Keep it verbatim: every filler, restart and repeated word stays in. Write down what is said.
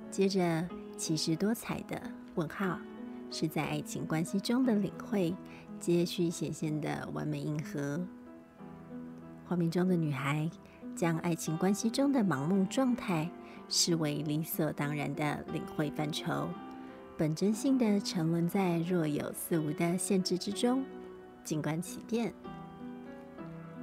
接着，其实多彩的问号是在爱情关系中的领会，接续显现的完美迎合。画面中的女孩将爱情关系中的盲目状态视为理所当然的领会范畴，本真性的沉沦在若有似无的限制之中，静观其变，